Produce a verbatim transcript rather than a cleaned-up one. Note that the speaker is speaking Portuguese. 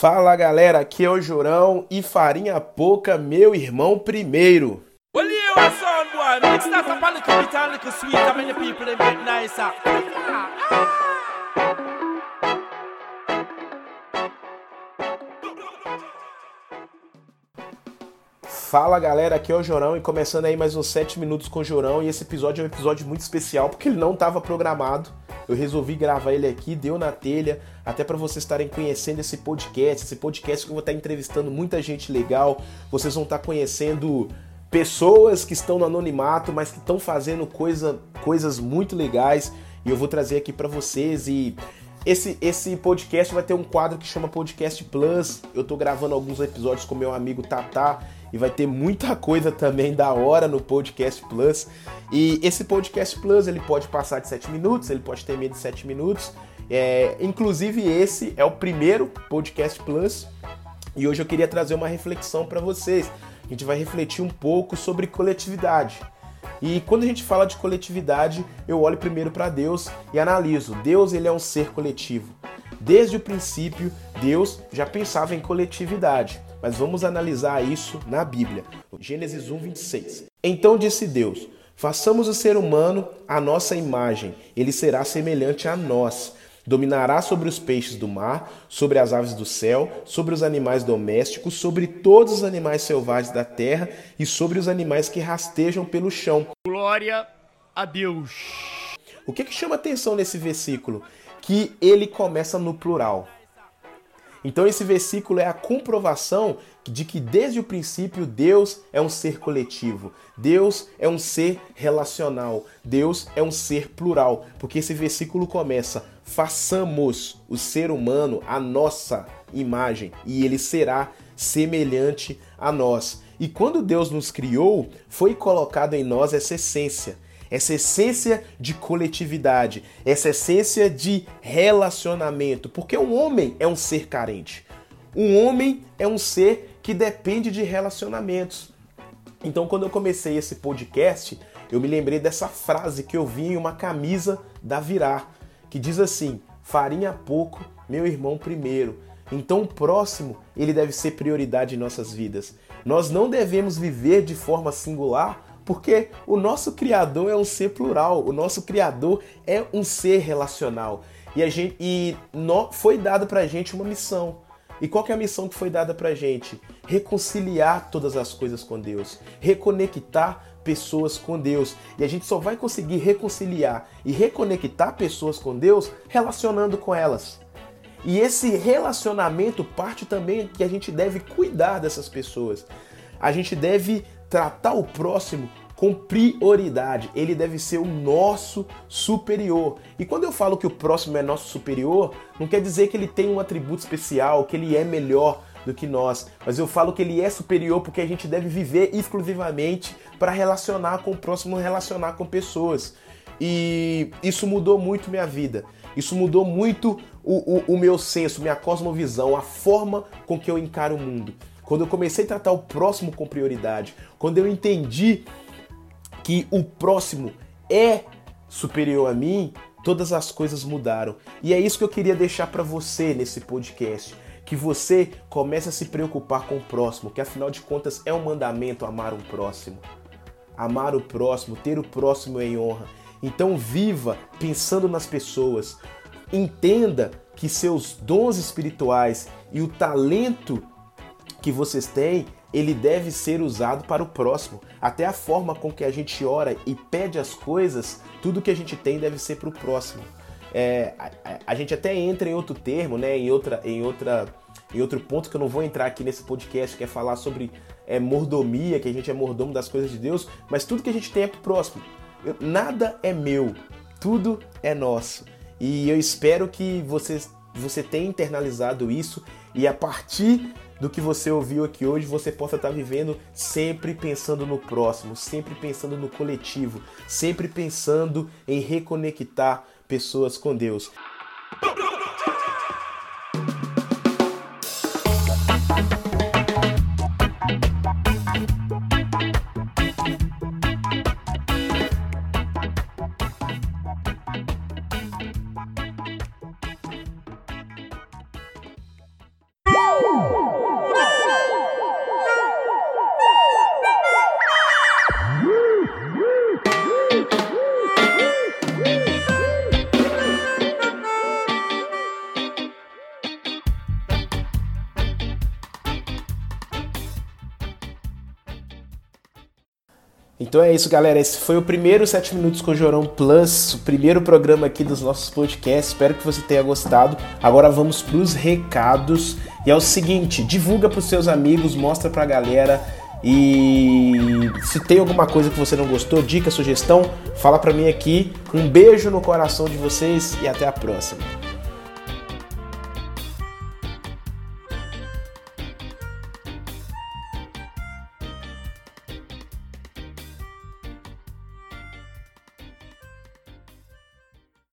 Fala galera, aqui é o Jorão e farinha pouca, meu irmão primeiro. Well, you are sound boy. Mix that up a little bit and little sweet. How many people they make nicer? Fala galera, aqui é o Jorão e começando aí mais uns sete minutos com o Jorão. E esse episódio é um episódio muito especial porque ele não estava programado. Eu resolvi gravar ele aqui, deu na telha, até para vocês estarem conhecendo esse podcast, esse podcast que eu vou estar entrevistando muita gente legal. Vocês vão estar conhecendo pessoas que estão no anonimato, mas que estão fazendo coisa, coisas muito legais. E eu vou trazer aqui para vocês. E esse, esse podcast vai ter um quadro que chama Podcast Plus. Eu tô gravando alguns episódios com meu amigo Tatá. E vai ter muita coisa também da hora no Podcast Plus. E esse Podcast Plus, ele pode passar de sete minutos, ele pode ter menos de sete minutos. É, inclusive, esse é o primeiro Podcast Plus. E hoje eu queria trazer uma reflexão para vocês. A gente vai refletir um pouco sobre coletividade. E quando a gente fala de coletividade, eu olho primeiro para Deus e analiso. Deus, ele é um ser coletivo. Desde o princípio, Deus já pensava em coletividade. Mas vamos analisar isso na Bíblia. Gênesis um, vinte e seis. Então disse Deus: façamos o ser humano à nossa imagem. Ele será semelhante a nós. Dominará sobre os peixes do mar, sobre as aves do céu, sobre os animais domésticos, sobre todos os animais selvagens da terra e sobre os animais que rastejam pelo chão. Glória a Deus. O que que chama atenção nesse versículo? Que ele começa no plural. Então esse versículo é a comprovação de que desde o princípio Deus é um ser coletivo, Deus é um ser relacional, Deus é um ser plural, porque esse versículo começa: façamos o ser humano à nossa imagem e ele será semelhante a nós. E quando Deus nos criou, foi colocado em nós essa essência. Essa essência de coletividade, essa essência de relacionamento, porque um homem é um ser carente. Um homem é um ser que depende de relacionamentos. Então, quando eu comecei esse podcast, eu me lembrei dessa frase que eu vi em uma camisa da Virar, que diz assim: farinha pouco, meu irmão primeiro. Então, o próximo, ele deve ser prioridade em nossas vidas. Nós não devemos viver de forma singular, porque o nosso Criador é um ser plural, o nosso Criador é um ser relacional. E, a gente, e no, foi dada pra gente uma missão. E qual que é a missão que foi dada pra gente? Reconciliar todas as coisas com Deus, reconectar pessoas com Deus. E a gente só vai conseguir reconciliar e reconectar pessoas com Deus relacionando com elas. E esse relacionamento parte também que a gente deve cuidar dessas pessoas. A gente deve tratar o próximo com prioridade. Ele deve ser o nosso superior. E quando eu falo que o próximo é nosso superior, não quer dizer que ele tem um atributo especial, que ele é melhor do que nós. Mas eu falo que ele é superior porque a gente deve viver exclusivamente para relacionar com o próximo, relacionar com pessoas. E isso mudou muito minha vida. Isso mudou muito o, o, o meu senso, minha cosmovisão, a forma com que eu encaro o mundo. Quando eu comecei a tratar o próximo com prioridade, quando eu entendi que o próximo é superior a mim, todas as coisas mudaram. E é isso que eu queria deixar para você nesse podcast. Que você comece a se preocupar com o próximo, que afinal de contas é um mandamento amar o próximo. Amar o próximo, ter o próximo em honra. Então viva pensando nas pessoas. Entenda que seus dons espirituais e o talento que vocês têm, ele deve ser usado para o próximo. Até a forma com que a gente ora e pede as coisas, tudo que a gente tem deve ser para o próximo. É, a, a gente até entra em outro termo, né, em, outra, em, outra, em outro ponto que eu não vou entrar aqui nesse podcast, que é falar sobre é, mordomia, que a gente é mordomo das coisas de Deus, mas tudo que a gente tem é para o próximo. Eu, nada é meu, tudo é nosso. E eu espero que você, você tenha internalizado isso e a partir do que você ouviu aqui hoje, você possa estar vivendo sempre pensando no próximo, sempre pensando no coletivo, sempre pensando em reconectar pessoas com Deus. Então é isso, galera. Esse foi o primeiro sete Minutos com o Jorão Plus, o primeiro programa aqui dos nossos podcasts. Espero que você tenha gostado. Agora vamos para os recados. E é o seguinte, divulga para os seus amigos, mostra para a galera. E se tem alguma coisa que você não gostou, dica, sugestão, fala para mim aqui. Um beijo no coração de vocês e até a próxima.